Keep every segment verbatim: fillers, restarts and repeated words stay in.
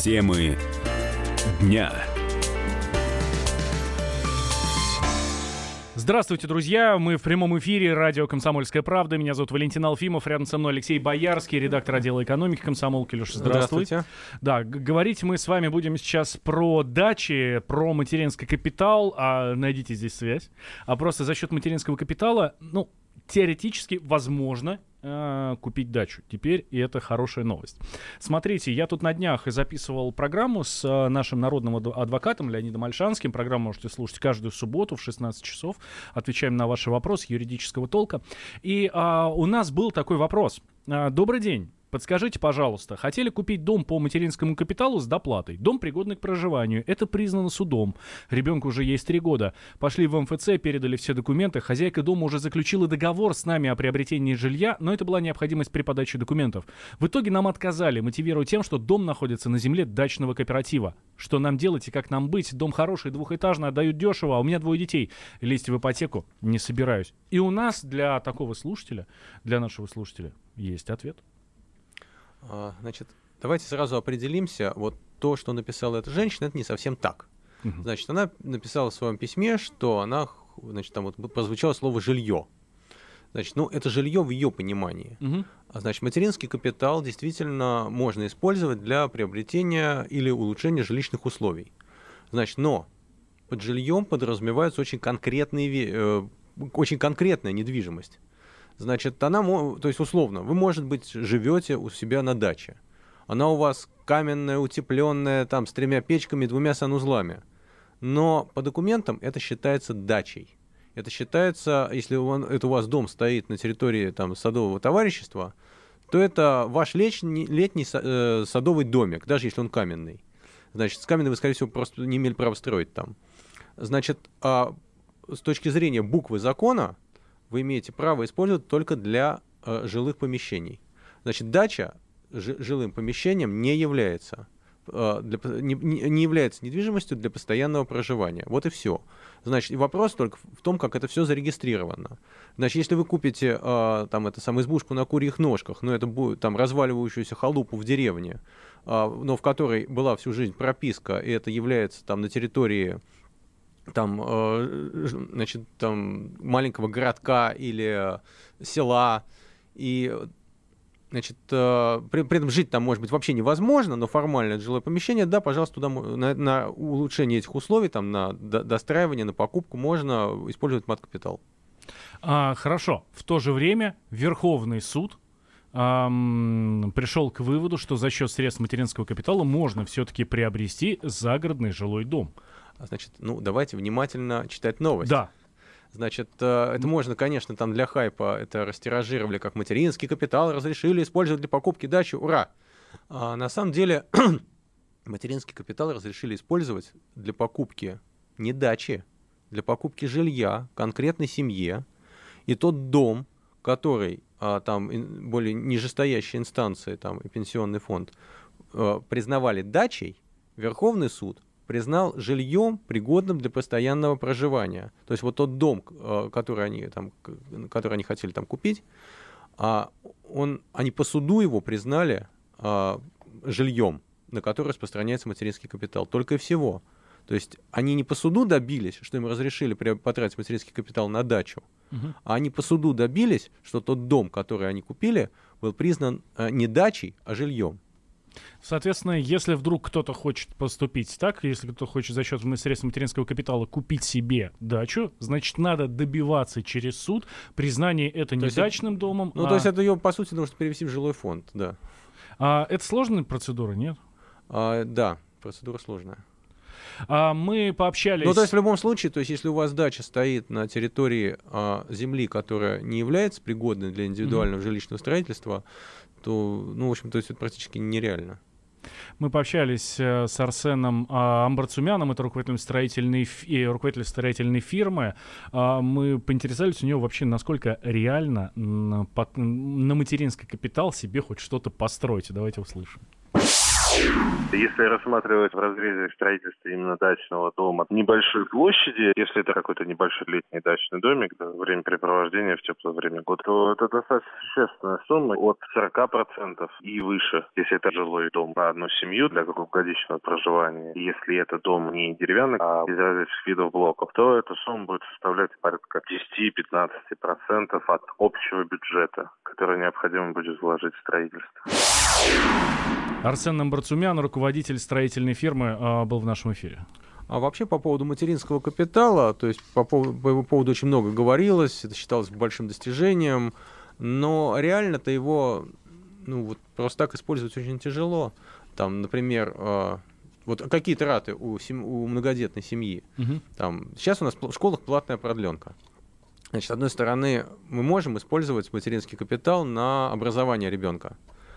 Темы дня. Здравствуйте, друзья! Мы в прямом эфире радио «Комсомольская правда». Меня зовут Валентин Алфимов. Рядом со мной Алексей Боярский, редактор отдела экономики «Комсомолки». Леша, здравствуй. Здравствуйте. Да, г- говорить мы с вами будем сейчас про дачи, про материнский капитал. А найдите здесь связь. А просто за счет материнского капитала, ну, теоретически возможно э, купить дачу. Теперь и это хорошая новость. Смотрите, я тут на днях записывал программу с э, нашим народным ад- адвокатом Леонидом Ольшанским. Программу можете слушать каждую субботу в шестнадцать часов. Отвечаем на ваши вопросы юридического толка. И э, у нас был такой вопрос. Э, Добрый день. Подскажите, пожалуйста, хотели купить дом по материнскому капиталу с доплатой. Дом пригодный к проживанию. Это признано судом. Ребенку уже есть три года. Пошли в эм эф цэ, передали все документы. Хозяйка дома уже заключила договор с нами о приобретении жилья, но это была необходимость при подаче документов. В итоге нам отказали, мотивируя тем, что дом находится на земле дачного кооператива. Что нам делать и как нам быть? Дом хороший, двухэтажный, отдают дешево, а у меня двое детей. Лезть в ипотеку не собираюсь. И у нас для такого слушателя, для нашего слушателя, есть ответ. Значит, давайте сразу определимся. Вот то, что написала эта женщина, это не совсем так. Мгм. Значит, она написала в своем письме, что она, значит, там вот прозвучало слово «жилье». Значит, ну, это жилье в ее понимании. Мгм. А значит, материнский капитал действительно можно использовать для приобретения или улучшения жилищных условий. Значит, но под жильем подразумеваются очень конкретные, ве- э, очень конкретная недвижимость. Значит, она, мо- то есть условно, вы, может быть, живете у себя на даче. Она у вас каменная, утепленная, там, с тремя печками, двумя санузлами. Но по документам это считается дачей. Это считается, если у вас, это у вас дом стоит на территории там, садового товарищества, то это ваш летний, летний са- э, садовый домик, даже если он каменный. Значит, с каменной вы, скорее всего, просто не имели права строить там. Значит, а с точки зрения буквы закона, вы имеете право использовать только для э, жилых помещений. Значит, дача жи- жилым помещением не является, э, для, по- не, не- не является недвижимостью для постоянного проживания. Вот и все. Значит, и вопрос только в том, как это все зарегистрировано. Значит, если вы купите э, там, это, самую избушку на курьих ножках, но это будет там, разваливающуюся халупу в деревне, э, но в которой была всю жизнь прописка, и это является там, на территории там, э, ж- значит, там маленького городка или э, села, и, значит, э, при, при этом жить там, может быть, вообще невозможно, но формально это жилое помещение, да, пожалуйста, туда мо- на, на улучшение этих условий, там, на до- достраивание, на покупку можно использовать мат-капитал. А, хорошо. В то же время Верховный суд ам, пришел к выводу, что за счет средств материнского капитала можно все-таки приобрести загородный жилой дом. А, Значит, ну, давайте внимательно читать новость. Да. Значит, э, это можно, конечно, там для хайпа это растиражировали, как материнский капитал разрешили использовать для покупки дачи, ура! А на самом деле материнский капитал разрешили использовать для покупки не дачи, для покупки жилья конкретной семье. И тот дом, который а, там ин- более нижестоящие инстанции там, и пенсионный фонд э, признавали дачей, Верховный суд признал жильем, пригодным для постоянного проживания. То есть вот тот дом, э, который они, там, к- который они хотели там купить, а, он, они по суду его признали а, жильем, на которое распространяется материнский капитал. Только и всего. То есть они не по суду добились, что им разрешили при- потратить материнский капитал на дачу, Мгм. а они по суду добились, что тот дом, который они купили, был признан а, не дачей, а жильем. Соответственно, если вдруг кто-то хочет поступить так, если кто-то хочет за счет средств материнского капитала купить себе дачу, значит, надо добиваться через суд признания это не есть это- дачным домом. Ну, а- то есть это ее, по сути, нужно перевести в жилой фонд, да. а это сложная процедура, нет? А, да, процедура сложная. А мы пообщались... Ну, то есть в любом случае, то есть если у вас дача стоит на территории а, земли, которая не является пригодной для индивидуального жилищного строительства, то, ну, в общем, то есть это практически нереально. Мы пообщались э, с Арсеном э, Амбарцумяном, это руководитель строительной, фи- э, руководитель строительной фирмы. А, мы поинтересовались у него вообще, насколько реально м, по- на материнский капитал себе хоть что-то построить. Давайте услышим. Если рассматривать в разрезе строительства именно дачного дома небольшой площади, если это какой-то небольшой летний дачный домик, да, времяпрепровождения в теплое время года, то это достаточно существенная сумма от сорока процентов и выше, если это жилой дом на одну семью для круглогодичного проживания. И если это дом не деревянный, а из различных видов блоков, то эта сумма будет составлять порядка десять-пятнадцать процентов от общего бюджета, который необходимо будет вложить в строительство. Арсен Намбарцумян, руководитель строительной фирмы, был в нашем эфире. А вообще по поводу материнского капитала, то есть по, поводу, по его поводу очень много говорилось, это считалось большим достижением, но реально-то его, ну, вот просто так использовать очень тяжело. Там, например, э, вот какие траты у, сем, у многодетной семьи? Угу. Там, сейчас у нас в школах платная продленка. Значит, с одной стороны, мы можем использовать материнский капитал на образование ребенка.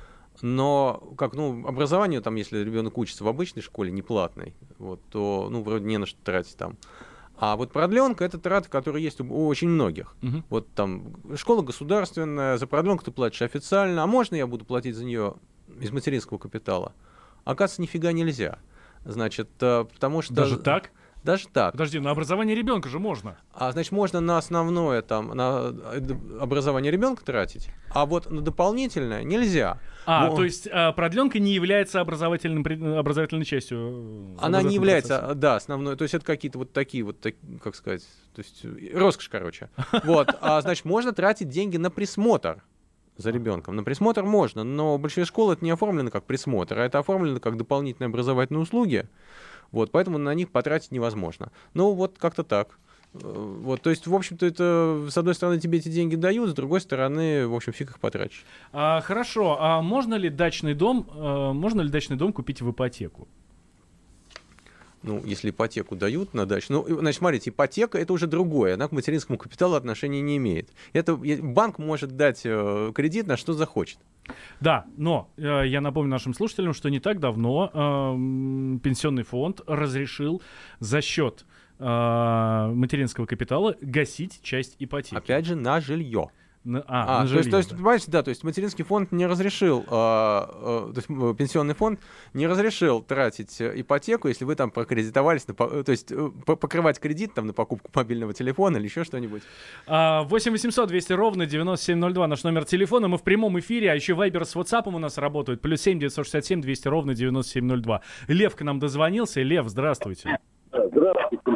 Но как, ну, образование, там, если ребенок учится в обычной школе, не платной, вот, то, ну, вроде не на что тратить там. А вот продленка — это траты, которые есть у, у очень многих. Uh-huh. Вот там школа государственная, за продленку ты платишь официально, а можно я буду платить за нее из материнского капитала? Оказывается, нифига нельзя. Значит, потому что... Даже так? Даже так. Подожди, на образование ребенка же можно. А значит, можно на основное там, на образование ребенка тратить, а вот на дополнительное нельзя. А, Но... то есть а, продленка не является образовательным, образовательной частью? Она не является, процесса. Да, основной. То есть это какие-то вот такие вот, так, как сказать, то есть роскошь, короче. Вот, а значит, можно тратить деньги на присмотр за ребенком. На присмотр можно, но в большинстве школ это не оформлено как присмотр, а это оформлено как дополнительные образовательные услуги. Вот, поэтому на них потратить невозможно. Ну, вот как-то так. Вот, то есть, в общем-то, это, с одной стороны, тебе эти деньги дают, с другой стороны, в общем, фиг их потратишь. А, хорошо, а можно ли дачный дом, а, можно ли дачный дом купить в ипотеку? Ну, если ипотеку дают на дачу, ну, значит, смотрите, ипотека — это уже другое, она к материнскому капиталу отношения не имеет. Это банк может дать э, кредит на что захочет. Да, но э, я напомню нашим слушателям, что не так давно э, пенсионный фонд разрешил за счет э, материнского капитала гасить часть ипотеки. Опять же, на жилье. На, а, а, на то, жилье, есть, то есть, да. понимаете, да, то есть материнский фонд не разрешил, э, э, то есть пенсионный фонд не разрешил тратить ипотеку, если вы там прокредитовались, на, то есть э, покрывать кредит там на покупку мобильного телефона или еще что-нибудь. восемь восемьсот двести ровно девяносто семь ноль два наш номер телефона, мы в прямом эфире, а еще Вайбер с WhatsApp у нас работают, плюс семь девятьсот шестьдесят семь двести ровно девяносто семь ноль два. Лев к нам дозвонился. Лев, здравствуйте. Здравствуйте.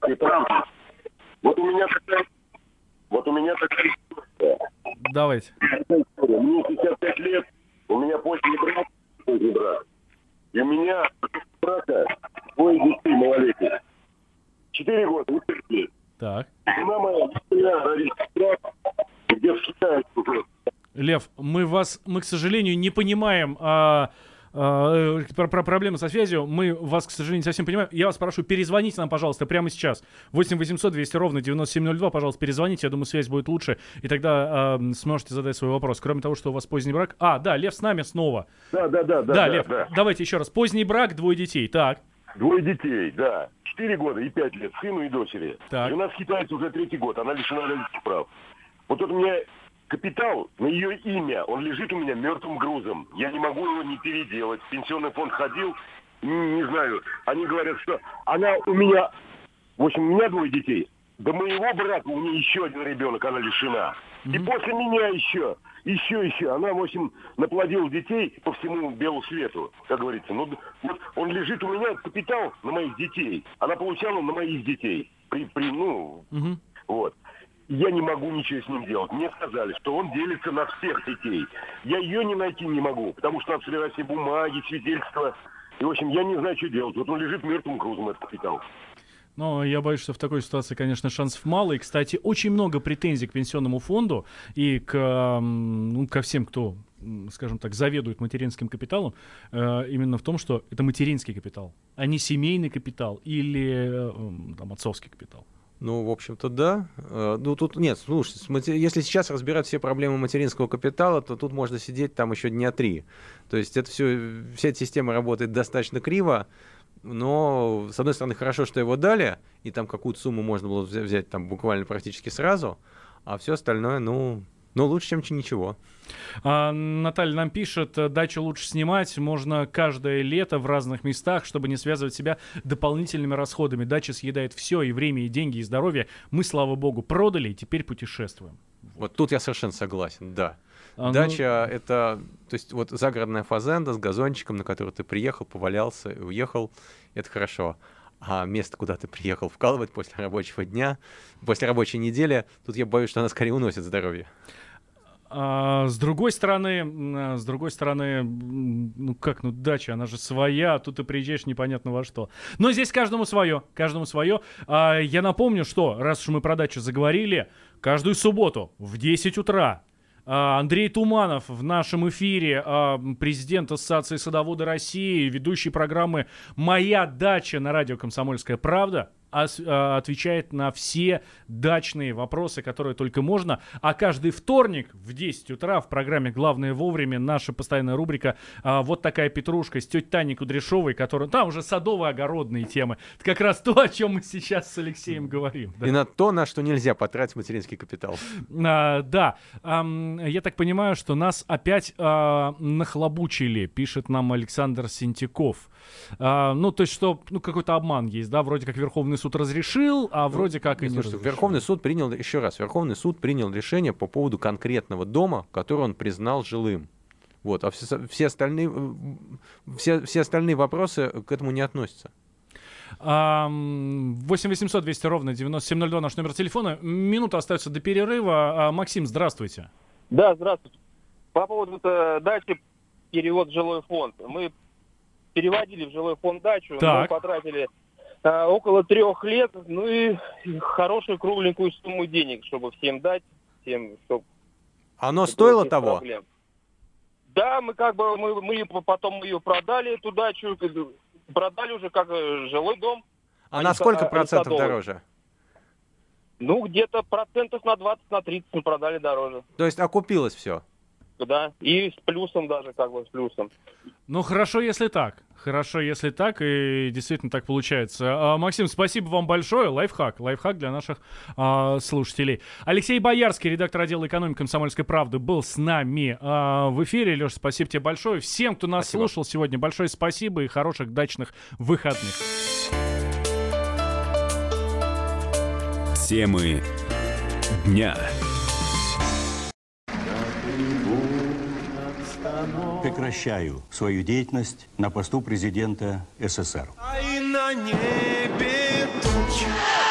Вот у меня такая... Вот у меня такая... Давайте. Мне шестьдесят пять лет, у меня поздний брак, поздний брак. И у меня брака двое детей малолетних. Четыре года, и пять лет. Так. Жена моя, я родитель, где в Китае уже. Лев, мы вас, мы, к сожалению, не понимаем а, а, про, про проблемы со связью. Мы вас, к сожалению, не совсем понимаем. Я вас прошу, перезвоните нам, пожалуйста, прямо сейчас. восемь восемьсот двести ровно девяносто семь ноль два, пожалуйста, перезвоните. Я думаю, связь будет лучше, и тогда а, сможете задать свой вопрос. Кроме того, что у вас поздний брак. А, да, Лев с нами снова. Да, да, да, да. Да, да Лев, да. давайте еще раз. Поздний брак, двое детей. Так. Двое детей, да. Четыре года и пять лет, сыну и дочери. Так. Жена скитается уже третий год, она лишена родительских прав. Вот тут у меня капитал на ее имя, он лежит у меня мертвым грузом. Я не могу его не переделать. В пенсионный фонд ходил, не, не знаю. Они говорят, что она у меня... В общем, у меня двое детей. До моего брата у нее еще один ребенок, она лишена. Mm-hmm. И после меня еще, еще, еще. Она, в общем, наплодила детей по всему белу свету, как говорится. Ну, вот он лежит у меня, капитал на моих детей. Она получала на моих детей. При, при, ну, mm-hmm. вот. Я не могу ничего с ним делать. Мне сказали, что он делится на всех детей. Я ее не найти не могу, потому что надо собирать все бумаги, свидетельства. И, в общем, я не знаю, что делать. Вот он лежит мертвым грузом, этот капитал. Но я боюсь, что в такой ситуации, конечно, шансов мало. И, кстати, очень много претензий к пенсионному фонду и к, ну, ко всем, кто, скажем так, заведует материнским капиталом, э, именно в том, что это материнский капитал, а не семейный капитал или э, там, отцовский капитал. Ну, в общем-то, да. Ну, тут нет, слушайте, если сейчас разбирать все проблемы материнского капитала, то тут можно сидеть там еще дня три. То есть это все, вся эта система работает достаточно криво, но, с одной стороны, хорошо, что его дали, и там какую-то сумму можно было взять, взять там буквально практически сразу, а все остальное, ну, Но лучше, чем ничего. А, Наталья нам пишет, дачу лучше снимать можно каждое лето в разных местах, чтобы не связывать себя дополнительными расходами. Дача съедает все, и время, и деньги, и здоровье. Мы, слава богу, продали, и теперь путешествуем. Вот тут я совершенно согласен, да. А, Дача ну... — это, то есть вот загородная фазенда с газончиком, на который ты приехал, повалялся и уехал, это хорошо. А место, куда ты приехал вкалывать после рабочего дня, после рабочей недели, тут я боюсь, что она скорее уносит здоровье. А, с другой стороны, с другой стороны, ну как, ну дача, она же своя, а тут ты приезжаешь непонятно во что. Но здесь каждому свое, каждому свое. А, я напомню, что, раз уж мы про дачу заговорили, каждую субботу в десять утра Андрей Туманов в нашем эфире, президент Ассоциации садоводов России, ведущий программы «Моя дача» на радио «Комсомольская правда», отвечает на все дачные вопросы, которые только можно. А каждый вторник в десять утра в программе «Главное вовремя» наша постоянная рубрика «Вот такая петрушка» с тетей Таней Кудряшовой, которая... Там уже садово-огородные темы. Это как раз то, о чем мы сейчас с Алексеем говорим. Да? И на то, на что нельзя потратить материнский капитал. А, да. А, я так понимаю, что нас опять а, нахлобучили, пишет нам Александр Сентяков. А, ну, то есть, что ну, какой-то обман есть, да? Вроде как Верховный суд разрешил, а вроде как и не Слушайте, разрешил. Верховный суд принял, еще раз, Верховный суд принял решение по поводу конкретного дома, который он признал жилым. Вот, а все, все, остальные, все, все остальные вопросы к этому не относятся. восемь восемьсот двести ровно девяносто семь ноль два наш номер телефона. Минута остается до перерыва. Максим, здравствуйте. Да, здравствуйте. По поводу дачи, перевод в жилой фонд. Мы переводили в жилой фонд дачу, так. мы потратили а, около трех лет, ну и хорошую кругленькую сумму денег, чтобы всем дать, всем, чтобы... Оно стоило того? Проблем. Да, мы как бы, мы, мы потом ее продали, эту дачу, продали уже как жилой дом. А на сколько процентов дороже? Ну, где-то процентов на двадцать, на тридцать мы продали дороже. То есть окупилось все? Да, и с плюсом даже, как бы с плюсом. Ну, хорошо, если так. Хорошо, если так, и действительно так получается. А, Максим, спасибо вам большое. Лайфхак. Лайфхак для наших а, слушателей. Алексей Боярский, редактор отдела экономики «Комсомольской правды», был с нами а, в эфире. Леша, спасибо тебе большое. Всем, кто нас спасибо. слушал сегодня, большое спасибо и хороших дачных выходных. Темы дня. Прекращаю свою деятельность на посту президента СССР. А и на небе тучи.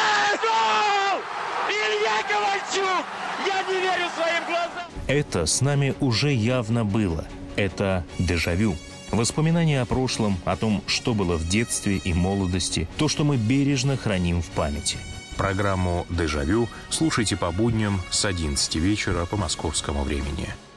Илья Ковальчук! Я не верю своим глазам! Это с нами уже явно было. Это дежавю. Воспоминания о прошлом, о том, что было в детстве и молодости, то, что мы бережно храним в памяти. Программу «Дежавю» слушайте по будням с одиннадцати вечера по московскому времени.